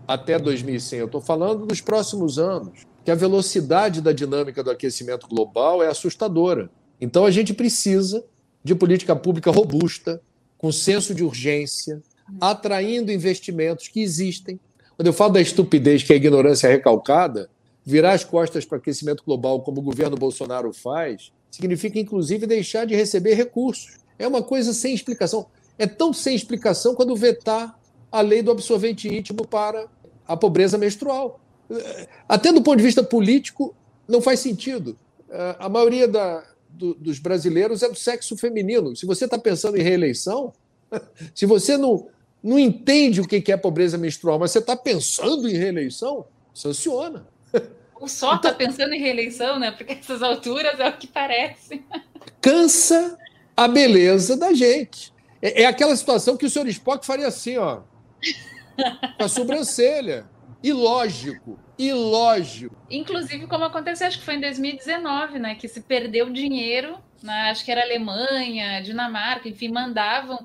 até 2100. Eu estou falando dos próximos anos, que a velocidade da dinâmica do aquecimento global é assustadora. Então, a gente precisa de política pública robusta, com senso de urgência, atraindo investimentos que existem. Quando eu falo da estupidez, que é a ignorância recalcada, virar as costas para o aquecimento global, como o governo Bolsonaro faz, significa, inclusive, deixar de receber recursos. É uma coisa sem explicação. É tão sem explicação quando vetar a lei do absorvente íntimo para a pobreza menstrual. Até do ponto de vista político, não faz sentido. A maioria dos brasileiros é do sexo feminino. Se você está pensando em reeleição, se você não entende o que é pobreza menstrual, mas você está pensando em reeleição, sanciona. Ou só está pensando em reeleição, né? Porque essas alturas é o que parece. Cansa a beleza da gente. É aquela situação que o Sr. Spock faria assim, ó, com a sobrancelha. Ilógico. Inclusive, como aconteceu, acho que foi em 2019, né? Que se perdeu dinheiro, né, acho que era Alemanha, Dinamarca, enfim, mandavam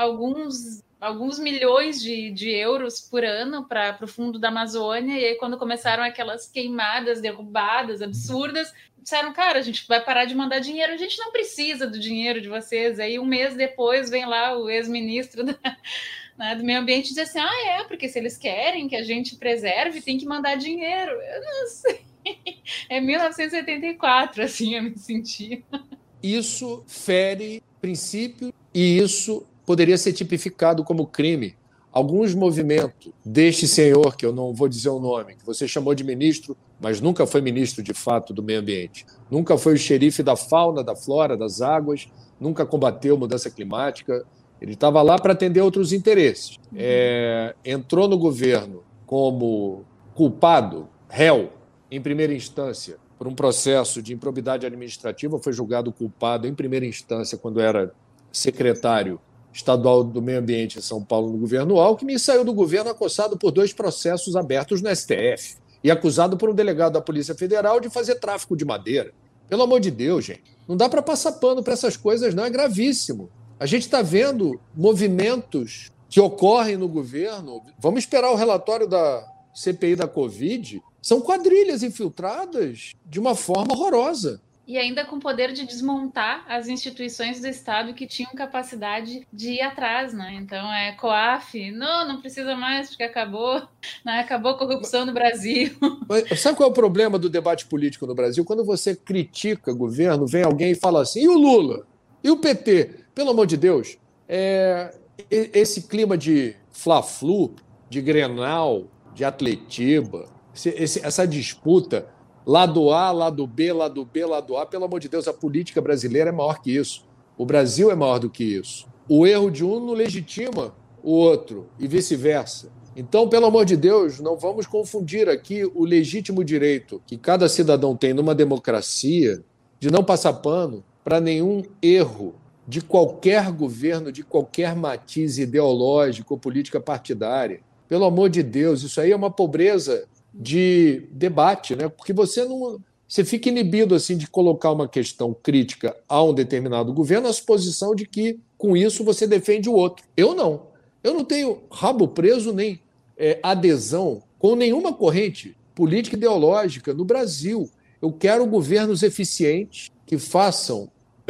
alguns milhões de euros por ano para o fundo da Amazônia, e aí quando começaram aquelas queimadas, derrubadas, absurdas, disseram, cara, a gente vai parar de mandar dinheiro, a gente não precisa do dinheiro de vocês. Aí um mês depois vem lá o ex-ministro do meio ambiente e diz assim, porque se eles querem que a gente preserve, tem que mandar dinheiro. Eu não sei. É 1984, assim, eu me senti. Isso fere princípio e isso poderia ser tipificado como crime. Alguns movimentos deste senhor, que eu não vou dizer o nome, que você chamou de ministro, mas nunca foi ministro de fato do meio ambiente, nunca foi o xerife da fauna, da flora, das águas, nunca combateu mudança climática, ele estava lá para atender outros interesses. Entrou no governo como culpado, réu, em primeira instância, por um processo de improbidade administrativa, foi julgado culpado em primeira instância quando era secretário estadual do meio ambiente em São Paulo no governo Alckmin, e saiu do governo acossado por 2 processos abertos no STF e acusado por um delegado da Polícia Federal de fazer tráfico de madeira. Pelo amor de Deus, gente, não dá para passar pano para essas coisas, não, é gravíssimo. A gente está vendo movimentos que ocorrem no governo. Vamos esperar o relatório da CPI da Covid. São quadrilhas infiltradas de uma forma horrorosa. E ainda com o poder de desmontar as instituições do Estado que tinham capacidade de ir atrás, né? Então, COAF, não precisa mais, porque acabou, né? Acabou a corrupção no Brasil. Mas sabe qual é o problema do debate político no Brasil? Quando você critica o governo, vem alguém e fala assim, e o Lula? E o PT? Pelo amor de Deus, esse clima de Fla-Flu, de Grenal, de Atletiba, essa disputa, lado A, lado B, lado B, lado A, pelo amor de Deus, a política brasileira é maior que isso. O Brasil é maior do que isso. O erro de um não legitima o outro e vice-versa. Então, pelo amor de Deus, não vamos confundir aqui o legítimo direito que cada cidadão tem numa democracia de não passar pano para nenhum erro de qualquer governo, de qualquer matiz ideológico ou política partidária. Pelo amor de Deus, isso aí é uma pobreza de debate, né? Porque você fica inibido assim de colocar uma questão crítica a um determinado governo, a suposição de que com isso você defende o outro. Eu não tenho rabo preso nem adesão com nenhuma corrente política ideológica no Brasil. Eu quero governos eficientes que façam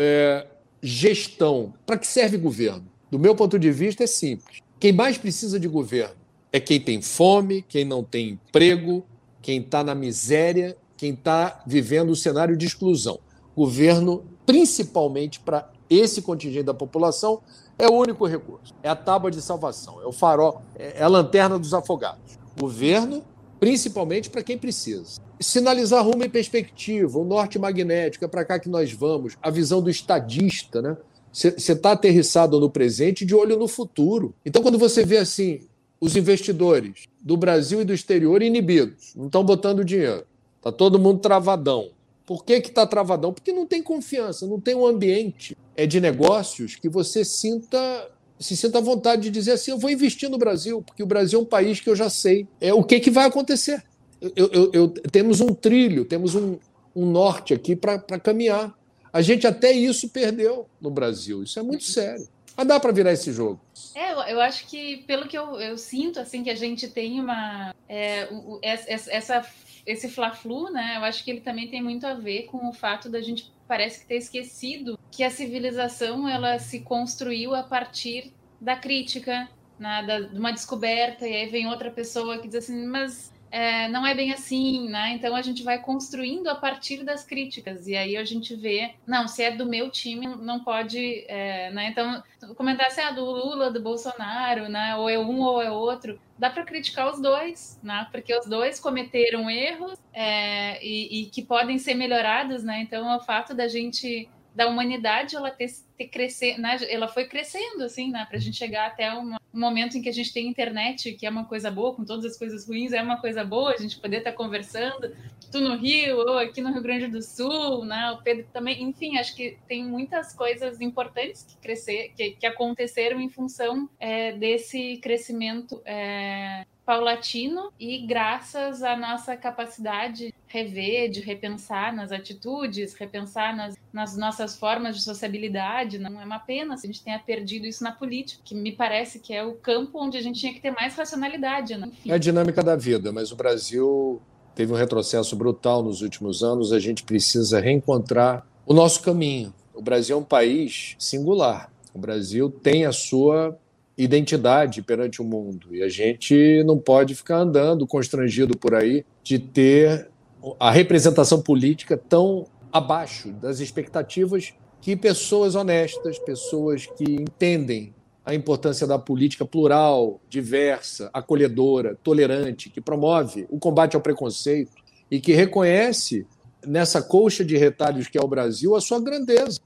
gestão. Para que serve governo? Do meu ponto de vista é simples. Quem mais precisa de governo é quem tem fome, quem não tem emprego, quem está na miséria, quem está vivendo um cenário de exclusão. Governo, principalmente para esse contingente da população, é o único recurso. É a tábua de salvação, é o farol, é a lanterna dos afogados. Governo, principalmente para quem precisa. Sinalizar rumo e perspectiva, o norte magnético, é para cá que nós vamos, a visão do estadista, né? Você está aterrissado no presente de olho no futuro. Então, quando você vê assim, os investidores do Brasil e do exterior inibidos, não estão botando dinheiro, está todo mundo travadão. Por que está travadão? Porque não tem confiança, não tem um ambiente de negócios que você se sinta à vontade de dizer assim, eu vou investir no Brasil, porque o Brasil é um país que eu já sei o que vai acontecer. Temos um trilho, temos um norte aqui para caminhar. A gente até isso perdeu no Brasil, isso é muito sério. Mas dá para virar esse jogo. Eu acho que, pelo que eu sinto, assim, que a gente tem esse fla-flu, né? Eu acho que ele também tem muito a ver com o fato da gente parece que ter esquecido que a civilização ela se construiu a partir da crítica, né? De uma descoberta, e aí vem outra pessoa que diz assim, mas não é bem assim, né? Então a gente vai construindo a partir das críticas, e aí a gente vê, não, se é do meu time, não pode, né? Então, comentar assim, do Lula, do Bolsonaro, né? Ou é um ou é outro, dá para criticar os dois, né? Porque os dois cometeram erros e que podem ser melhorados, né? Então, o fato da humanidade ela ter crescer, né? Ela foi crescendo assim, né? Para a gente chegar até um momento em que a gente tem internet, que é uma coisa boa, com todas as coisas ruins, é uma coisa boa a gente poder estar conversando, tu no Rio ou aqui no Rio Grande do Sul, né? O Pedro também, enfim, acho que tem muitas coisas importantes que aconteceram em função desse crescimento paulatino e graças à nossa capacidade de rever, de repensar nas atitudes, repensar nas nossas formas de sociabilidade. Não é uma pena se a gente tenha perdido isso na política, que me parece que é o campo onde a gente tinha que ter mais racionalidade. Né? É a dinâmica da vida, mas o Brasil teve um retrocesso brutal nos últimos anos, a gente precisa reencontrar o nosso caminho. O Brasil é um país singular, o Brasil tem a sua identidade perante o mundo. E a gente não pode ficar andando constrangido por aí de ter a representação política tão abaixo das expectativas que pessoas honestas, pessoas que entendem a importância da política plural, diversa, acolhedora, tolerante, que promove o combate ao preconceito e que reconhece nessa colcha de retalhos que é o Brasil a sua grandeza.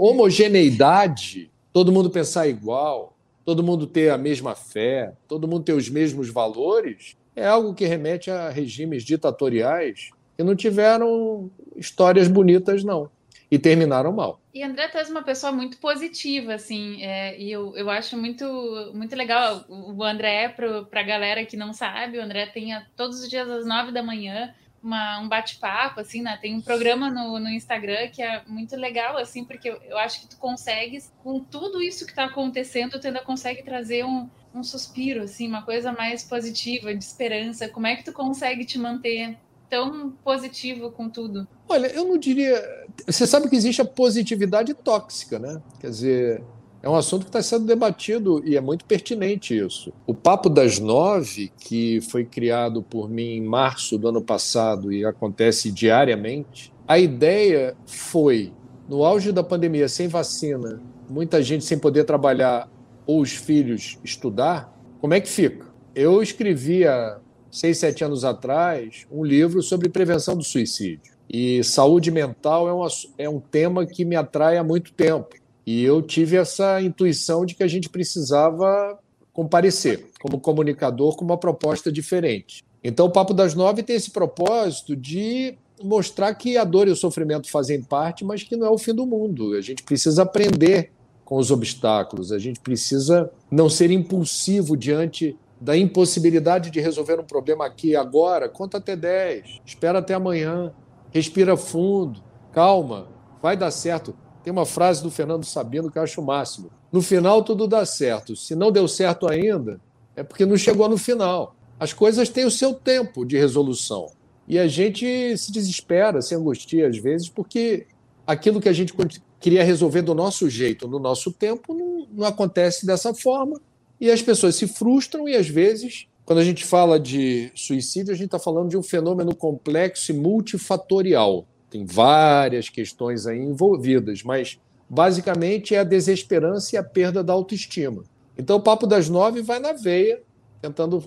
Homogeneidade, todo mundo pensar igual, todo mundo ter a mesma fé, todo mundo ter os mesmos valores, é algo que remete a regimes ditatoriais que não tiveram histórias bonitas, não, e terminaram mal. E André, tu és uma pessoa muito positiva, assim, e eu acho muito, muito legal. O André, para a galera que não sabe, o André tem todos os dias às 9 da manhã um bate-papo, assim, né? Tem um programa no Instagram que é muito legal, assim, porque eu acho que tu consegues, com tudo isso que está acontecendo, tu ainda consegue trazer um suspiro, assim, uma coisa mais positiva, de esperança. Como é que tu consegue te manter tão positivo com tudo? Olha, eu não diria... Você sabe que existe a positividade tóxica, né? Quer dizer, é um assunto que está sendo debatido e é muito pertinente isso. O Papo das 9, que foi criado por mim em março do ano passado e acontece diariamente, a ideia foi, no auge da pandemia, sem vacina, muita gente sem poder trabalhar ou os filhos estudar, como é que fica? Eu escrevi há 6, 7 anos atrás um livro sobre prevenção do suicídio. E saúde mental é um tema que me atrai há muito tempo. E eu tive essa intuição de que a gente precisava comparecer como comunicador com uma proposta diferente. Então, o Papo das 9 tem esse propósito de mostrar que a dor e o sofrimento fazem parte, mas que não é o fim do mundo. A gente precisa aprender com os obstáculos, a gente precisa não ser impulsivo diante da impossibilidade de resolver um problema aqui e agora. Conta até 10, espera até amanhã, respira fundo, calma, vai dar certo. Tem uma frase do Fernando Sabino que eu acho o máximo. No final tudo dá certo. Se não deu certo ainda, é porque não chegou no final. As coisas têm o seu tempo de resolução. E a gente se desespera, se angustia às vezes, porque aquilo que a gente queria resolver do nosso jeito, no nosso tempo, não acontece dessa forma. E as pessoas se frustram e, às vezes, quando a gente fala de suicídio, a gente está falando de um fenômeno complexo e multifatorial. Tem várias questões aí envolvidas, mas basicamente é a desesperança e a perda da autoestima. Então o Papo das 9 vai na veia, tentando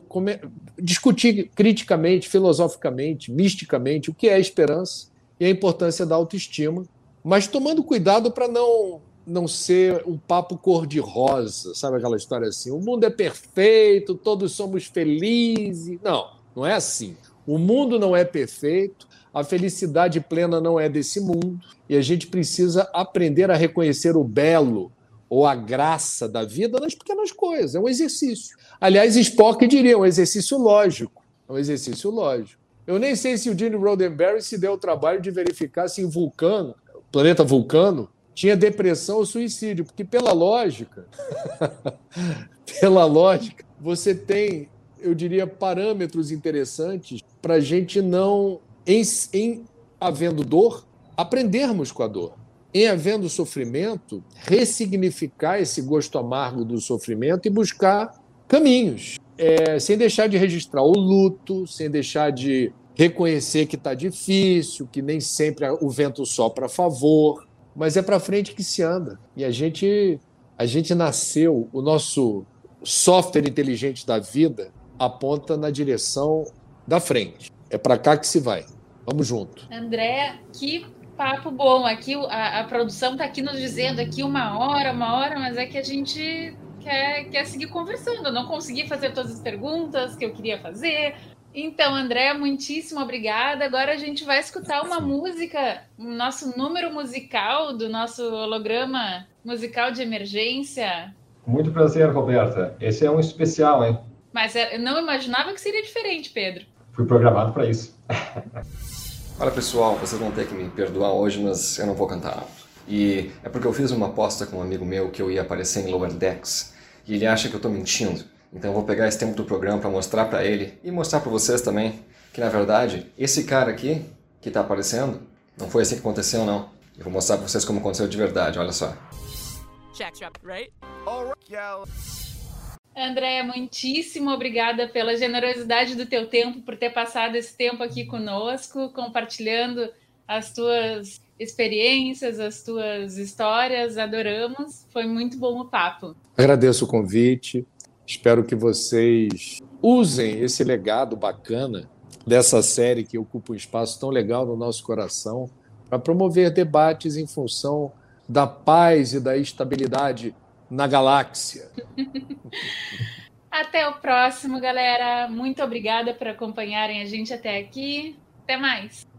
discutir criticamente, filosoficamente, misticamente o que é a esperança e a importância da autoestima, mas tomando cuidado para não ser um papo cor-de-rosa, sabe aquela história assim? O mundo é perfeito, todos somos felizes. Não é assim. O mundo não é perfeito, a felicidade plena não é desse mundo e a gente precisa aprender a reconhecer o belo ou a graça da vida nas pequenas coisas. É um exercício. Aliás, Spock diria, um exercício lógico. É um exercício lógico. Eu nem sei se o Gene Roddenberry se deu o trabalho de verificar se em Vulcano, planeta Vulcano, tinha depressão ou suicídio, porque pela lógica, você tem, eu diria, parâmetros interessantes para a gente não, em havendo dor, aprendermos com a dor. Em havendo sofrimento, ressignificar esse gosto amargo do sofrimento e buscar caminhos, sem deixar de registrar o luto, sem deixar de reconhecer que está difícil, que nem sempre o vento sopra a favor, mas é para frente que se anda. E a gente nasceu, o nosso software inteligente da vida aponta na direção da frente. É para cá que se vai. Vamos junto. André, que papo bom. Aqui a produção está aqui nos dizendo aqui uma hora, mas é que a gente quer seguir conversando. Eu não consegui fazer todas as perguntas que eu queria fazer. Então, André, muitíssimo obrigada. Agora a gente vai escutar uma música, o nosso número musical do nosso holograma musical de emergência. Muito prazer, Roberta. Esse é um especial, hein? Mas eu não imaginava que seria diferente, Pedro. Fui programado para isso. Olha, pessoal, vocês vão ter que me perdoar hoje, mas eu não vou cantar. E é porque eu fiz uma aposta com um amigo meu que eu ia aparecer em Lower Decks. E ele acha que eu estou mentindo. Então eu vou pegar esse tempo do programa para mostrar para ele e mostrar para vocês também que, na verdade, esse cara aqui que está aparecendo, não foi assim que aconteceu, não. Eu vou mostrar para vocês como aconteceu de verdade, olha só. Andréia, muitíssimo obrigada pela generosidade do teu tempo, por ter passado esse tempo aqui conosco, compartilhando as tuas experiências, as tuas histórias, adoramos. Foi muito bom o papo. Agradeço o convite. Espero que vocês usem esse legado bacana dessa série que ocupa um espaço tão legal no nosso coração para promover debates em função da paz e da estabilidade na galáxia. Até o próximo, galera. Muito obrigada por acompanharem a gente até aqui. Até mais.